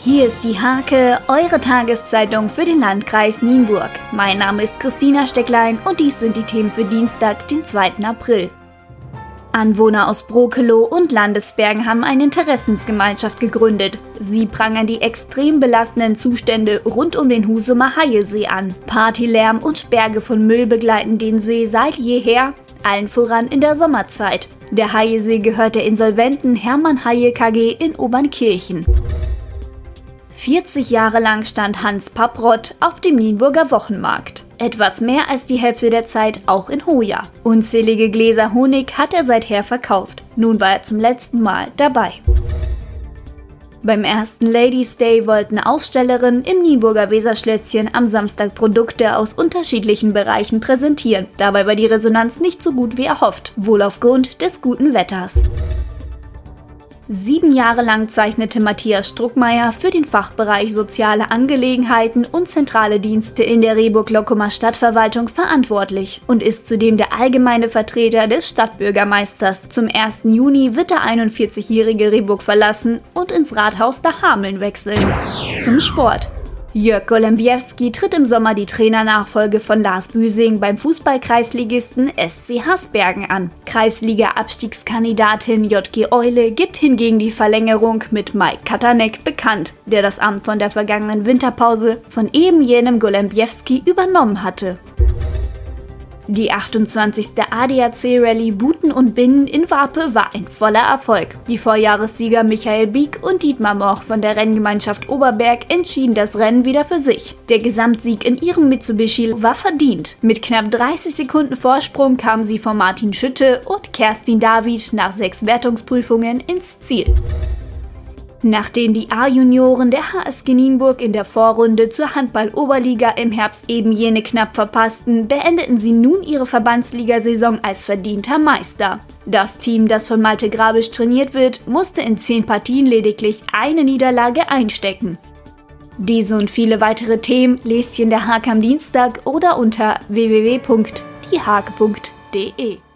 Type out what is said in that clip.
Hier ist die Hake, eure Tageszeitung für den Landkreis Nienburg. Mein Name ist Christina Stecklein und dies sind die Themen für Dienstag, den 2. April. Anwohner aus Brokeloh und Landesbergen haben eine Interessensgemeinschaft gegründet. Sie prangern die extrem belastenden Zustände rund um den Husumer Haiesee an. Partylärm und Berge von Müll begleiten den See seit jeher, allen voran in der Sommerzeit. Der Haiesee gehört der insolventen Hermann Haie KG in Obernkirchen. 40 Jahre lang stand Hans Papprott auf dem Nienburger Wochenmarkt. Etwas mehr als die Hälfte der Zeit auch in Hoya. Unzählige Gläser Honig hat er seither verkauft. Nun war er zum letzten Mal dabei. Beim ersten Ladies Day wollten Ausstellerinnen im Nienburger Weserschlösschen am Samstag Produkte aus unterschiedlichen Bereichen präsentieren. Dabei war die Resonanz nicht so gut wie erhofft, wohl aufgrund des guten Wetters. 7 Jahre lang zeichnete Matthias Struckmeier für den Fachbereich Soziale Angelegenheiten und zentrale Dienste in der Rehburg-Lockumer Stadtverwaltung verantwortlich und ist zudem der allgemeine Vertreter des Stadtbürgermeisters. Zum 1. Juni wird der 41-jährige Rehburg verlassen und ins Rathaus nach Hameln wechseln. Zum Sport. Jörg Golembiewski tritt im Sommer die Trainernachfolge von Lars Büsing beim Fußball-Kreisligisten SC Hasbergen an. Kreisliga-Abstiegskandidatin JG Eule gibt hingegen die Verlängerung mit Mike Katanek bekannt, der das Amt von der vergangenen Winterpause von eben jenem Golembiewski übernommen hatte. Die 28. ADAC-Rallye Buten und Binnen in Warpe war ein voller Erfolg. Die Vorjahressieger Michael Bieg und Dietmar Moch von der Renngemeinschaft Oberberg entschieden das Rennen wieder für sich. Der Gesamtsieg in ihrem Mitsubishi war verdient. Mit knapp 30 Sekunden Vorsprung kamen sie von Martin Schütte und Kerstin David nach 6 Wertungsprüfungen ins Ziel. Nachdem die A-Junioren der HSG Nienburg in der Vorrunde zur Handball-Oberliga im Herbst eben jene knapp verpassten, beendeten sie nun ihre Verbandsligasaison als verdienter Meister. Das Team, das von Malte Grabisch trainiert wird, musste in 10 Partien lediglich eine Niederlage einstecken. Diese und viele weitere Themen lest ihr in der Hake am Dienstag oder unter www.diehake.de.